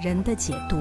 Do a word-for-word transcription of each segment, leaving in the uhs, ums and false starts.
人的解读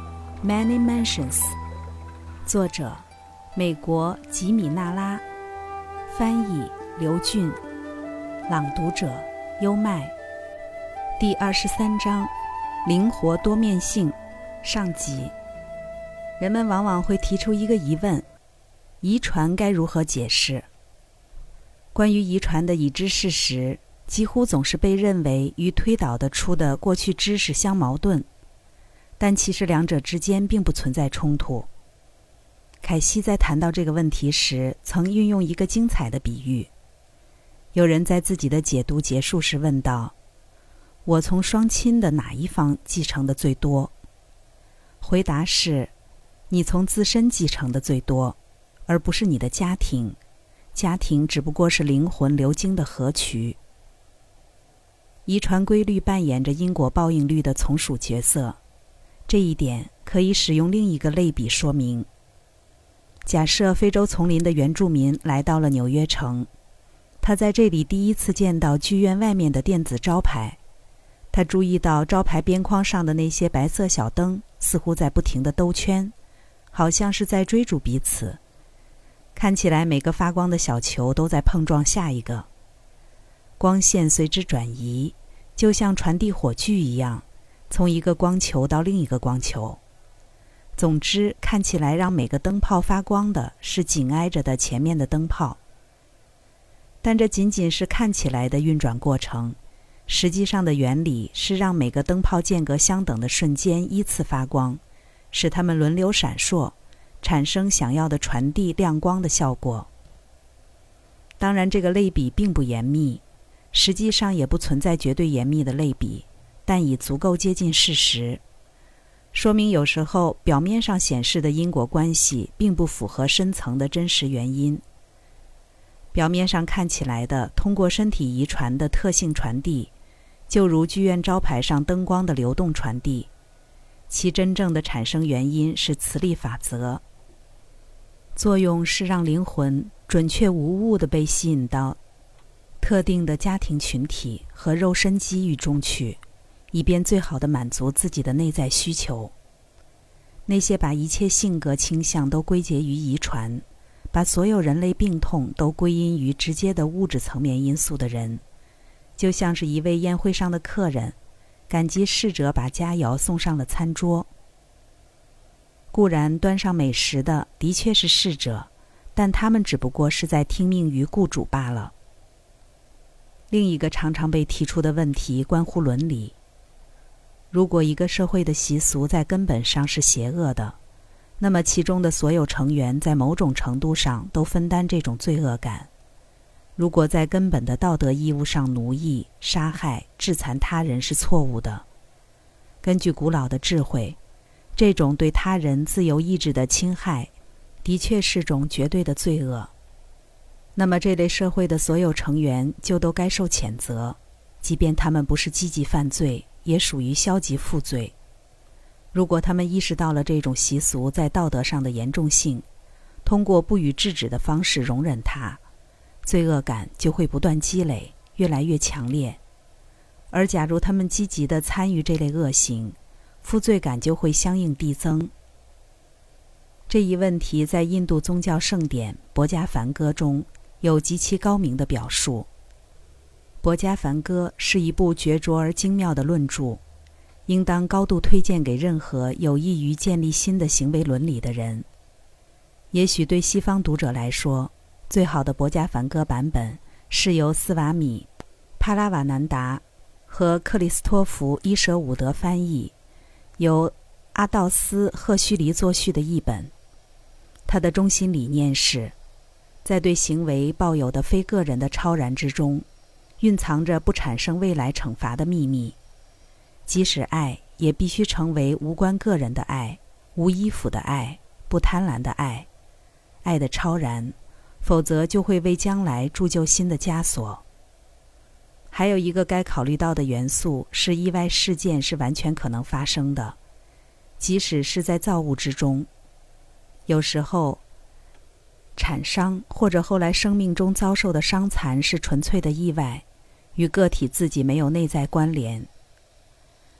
Many Mansions， 作者美国吉米纳拉，翻译刘俊，朗读者优麦。第二十三章，灵活多面性上集。人们往往会提出一个疑问：遗传该如何解释？关于遗传的已知事实，几乎总是被认为与推导得出的过去知识相矛盾，但其实两者之间并不存在冲突。凯西在谈到这个问题时，曾运用一个精彩的比喻。有人在自己的解读结束时问道：我从双亲的哪一方继承的最多？回答是：你从自身继承的最多，而不是你的家庭。家庭只不过是灵魂流经的河渠。遗传规律扮演着因果报应律的从属角色，这一点可以使用另一个类比说明。假设非洲丛林的原住民来到了纽约城，他在这里第一次见到剧院外面的电子招牌，他注意到招牌边框上的那些白色小灯似乎在不停地兜圈，好像是在追逐彼此。看起来每个发光的小球都在碰撞下一个，光线随之转移，就像传递火炬一样，从一个光球到另一个光球。总之，看起来让每个灯泡发光的是紧挨着的前面的灯泡。但这仅仅是看起来的运转过程，实际上的原理是让每个灯泡间隔相等的瞬间依次发光，使它们轮流闪烁，产生想要的传递亮光的效果。当然，这个类比并不严密，实际上也不存在绝对严密的类比，但已足够接近事实，说明有时候表面上显示的因果关系并不符合深层的真实原因。表面上看起来的通过身体遗传的特性传递，就如剧院招牌上灯光的流动传递，其真正的产生原因是磁力法则。作用是让灵魂准确无误地被吸引到特定的家庭群体和肉身机遇中去，以便最好地满足自己的内在需求。那些把一切性格倾向都归结于遗传，把所有人类病痛都归因于直接的物质层面因素的人，就像是一位宴会上的客人，感激侍者把佳肴送上了餐桌。固然端上美食的的确是侍者，但他们只不过是在听命于雇主罢了。另一个常常被提出的问题关乎伦理。如果一个社会的习俗在根本上是邪恶的，那么其中的所有成员在某种程度上都分担这种罪恶感。如果在根本的道德义务上奴役、杀害、致残他人是错误的，根据古老的智慧，这种对他人自由意志的侵害的确是种绝对的罪恶。那么这类社会的所有成员就都该受谴责，即便他们不是积极犯罪，也属于消极负罪。如果他们意识到了这种习俗在道德上的严重性，通过不予制止的方式容忍它，罪恶感就会不断积累，越来越强烈。而假如他们积极地参与这类恶行，负罪感就会相应递增。这一问题在印度宗教圣典《薄伽梵歌》中有极其高明的表述。《薄伽梵歌》是一部绝拙而精妙的论著，应当高度推荐给任何有意于建立新的行为伦理的人。也许对西方读者来说，最好的《薄伽梵歌》版本是由斯瓦米·帕拉瓦南达和克里斯托弗·伊舍伍德翻译，由阿道斯·赫胥黎作序的译本。它的中心理念是，在对行为抱有的非个人的超然之中，蕴藏着不产生未来惩罚的秘密。即使爱，也必须成为无关个人的爱，无依附的爱，不贪婪的爱，爱的超然，否则就会为将来铸就新的枷锁。还有一个该考虑到的元素是，意外事件是完全可能发生的，即使是在造物之中。有时候产伤或者后来生命中遭受的伤残是纯粹的意外，与个体自己没有内在关联。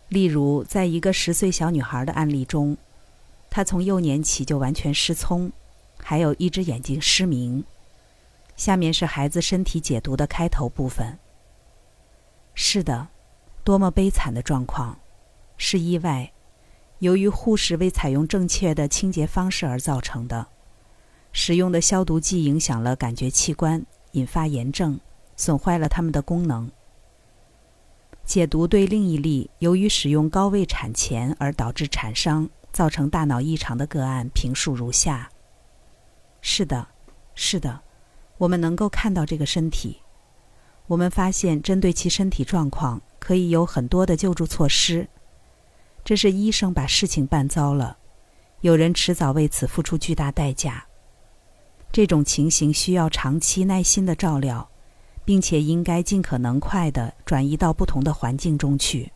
例如在一个十岁小女孩的案例中，她从幼年起就完全失聪，还有一只眼睛失明。下面是孩子身体解读的开头部分。是的，多么悲惨的状况，是意外，由于护士未采用正确的清洁方式而造成的。使用的消毒剂影响了感觉器官，引发炎症，损坏了它们的功能。解读对另一例由于使用高位产钳而导致产伤，造成大脑异常的个案评述如下。是的，是的，我们能够看到这个身体。我们发现针对其身体状况可以有很多的救助措施。这是医生把事情办糟了，有人迟早为此付出巨大代价。这种情形需要长期耐心的照料，并且应该尽可能快地转移到不同的环境中去。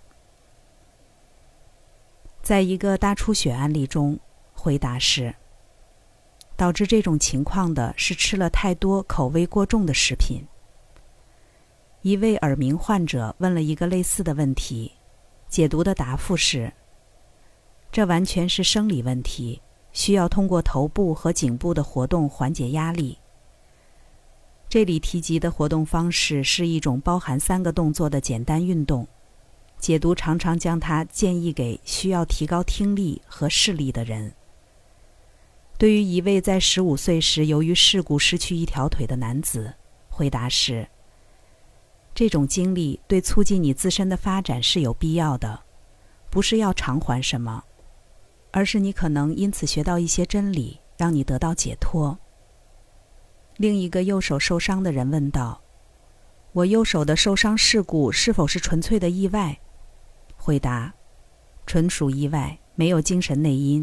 在一个大出血案例中，回答是：导致这种情况的是吃了太多口味过重的食品。一位耳鸣患者问了一个类似的问题，解读的答复是：这完全是生理问题，需要通过头部和颈部的活动缓解压力。这里提及的活动方式是一种包含三个动作的简单运动，解读常常将它建议给需要提高听力和视力的人。对于一位在十五岁时由于事故失去一条腿的男子，回答是：这种经历对促进你自身的发展是有必要的，不是要偿还什么，而是你可能因此学到一些真理，让你得到解脱。另一个右手受伤的人问道：我右手的受伤事故是否是纯粹的意外？回答：纯属意外，没有精神内因。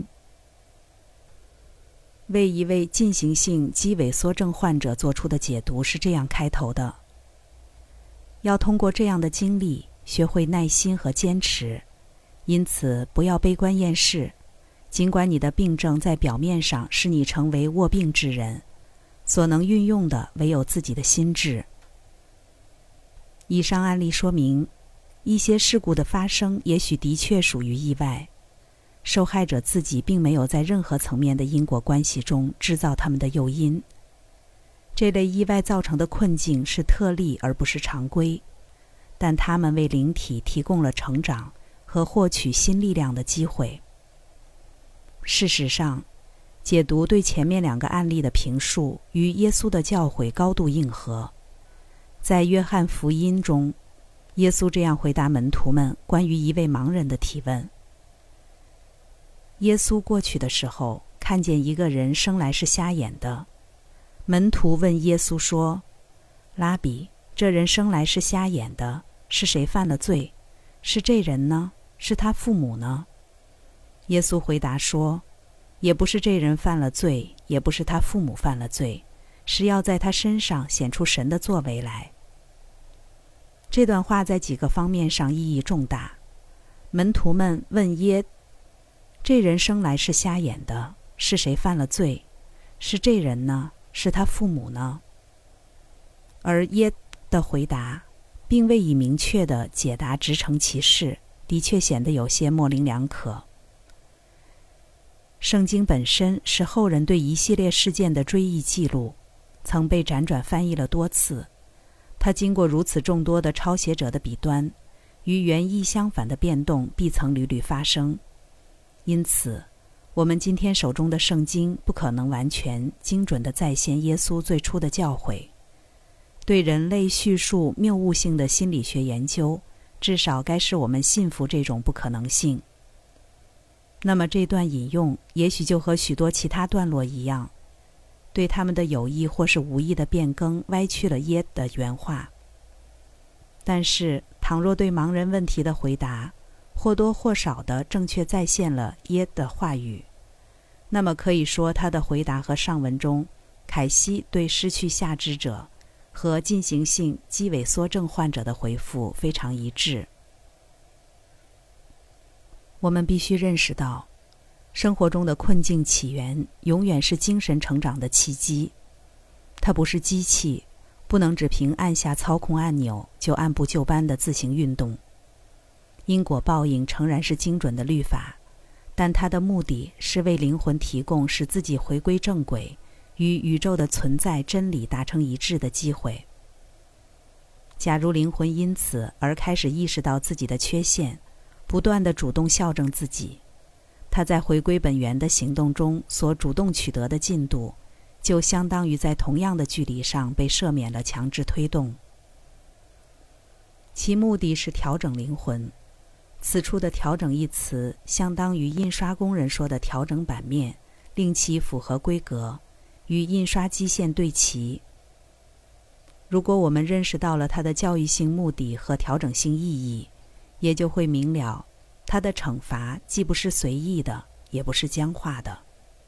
为一位进行性肌萎缩症患者做出的解读是这样开头的：要通过这样的经历学会耐心和坚持，因此不要悲观厌世，尽管你的病症在表面上使你成为卧病之人，所能运用的唯有自己的心智。以上案例说明，一些事故的发生也许的确属于意外，受害者自己并没有在任何层面的因果关系中制造他们的诱因。这类意外造成的困境是特例而不是常规，但它们为灵体提供了成长和获取新力量的机会。事实上，解读对前面两个案例的评述与耶稣的教诲高度应和。在约翰福音中，耶稣这样回答门徒们关于一位盲人的提问：耶稣过去的时候，看见一个人生来是瞎眼的。门徒问耶稣说：拉比，这人生来是瞎眼的，是谁犯了罪？是这人呢？是他父母呢？耶稣回答说：也不是这人犯了罪，也不是他父母犯了罪，是要在他身上显出神的作为来。这段话在几个方面上意义重大。门徒们问耶：这人生来是瞎眼的，是谁犯了罪？是这人呢？是他父母呢？而耶的回答并未以明确的解答直成其事，的确显得有些模棱两可。圣经本身是后人对一系列事件的追忆记录，曾被辗转翻译了多次。它经过如此众多的抄写者的笔端，与原意相反的变动必曾屡屡发生。因此，我们今天手中的圣经不可能完全精准地再现耶稣最初的教诲。对人类叙述谬误性的心理学研究，至少该使我们信服这种不可能性。那么这段引用也许就和许多其他段落一样，对他们的有意或是无意的变更歪曲了耶的原话。但是倘若对盲人问题的回答或多或少地正确再现了耶的话语，那么可以说他的回答和上文中凯西对失去下肢者和进行性肌萎缩症患者的回复非常一致。我们必须认识到，生活中的困境起源永远是精神成长的契机。它不是机器，不能只凭按下操控按钮就按部就班地自行运动。 因果报应诚然是精准的律法，但它的目的是为灵魂提供使自己回归正轨，与宇宙的存在真理达成一致的机会。假如灵魂因此而开始意识到自己的缺陷，不断地主动校正自己，他在回归本源的行动中所主动取得的进度，就相当于在同样的距离上被赦免了强制推动。其目的是调整灵魂。此处的调整一词相当于印刷工人说的调整版面，令其符合规格，与印刷基线对齐。如果我们认识到了它的教育性目的和调整性意义，也就会明了它的惩罚既不是随意的，也不是僵化的。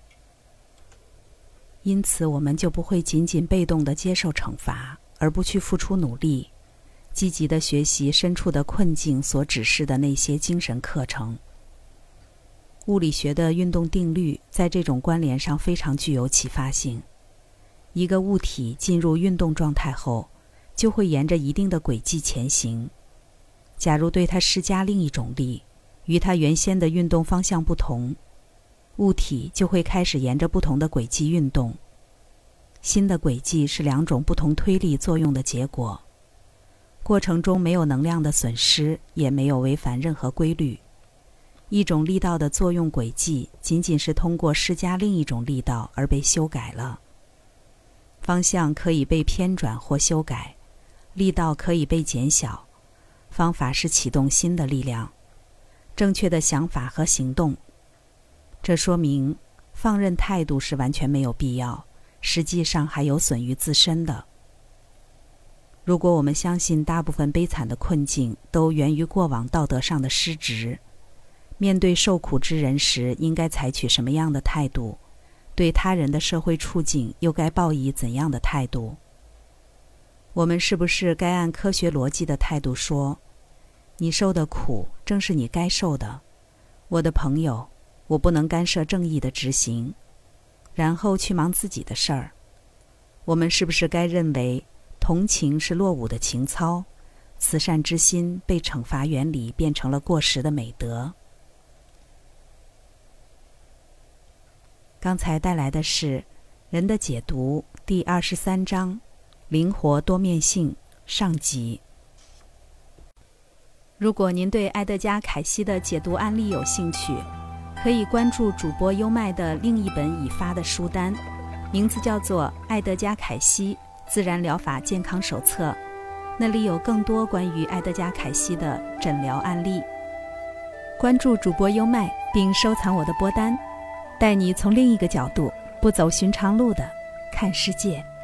因此我们就不会仅仅被动地接受惩罚，而不去付出努力，积极地学习身处的困境所指示的那些精神课程。物理学的运动定律在这种关联上非常具有启发性。一个物体进入运动状态后，就会沿着一定的轨迹前行。假如对它施加另一种力，与它原先的运动方向不同，物体就会开始沿着不同的轨迹运动。新的轨迹是两种不同推力作用的结果。过程中没有能量的损失，也没有违反任何规律。一种力道的作用轨迹仅仅是通过施加另一种力道而被修改了。方向可以被偏转或修改，力道可以被减小，方法是启动新的力量，正确的想法和行动。这说明放任态度是完全没有必要，实际上还有损于自身的。如果我们相信大部分悲惨的困境都源于过往道德上的失职，面对受苦之人时应该采取什么样的态度？对他人的社会处境又该抱以怎样的态度？我们是不是该按科学逻辑的态度说，你受的苦正是你该受的，我的朋友，我不能干涉正义的执行，然后去忙自己的事儿？我们是不是该认为同情是落伍的情操，慈善之心被惩罚原理变成了过时的美德？刚才带来的是《人的解读》第二十三章，灵活多面性上集。如果您对埃德加·凯西的解读案例有兴趣，可以关注主播优麦的另一本已发的书单，名字叫做《埃德加·凯西自然疗法健康手册》，那里有更多关于埃德加·凯西的诊疗案例。关注主播优麦并收藏我的播单，带你从另一个角度，不走寻常路的看世界。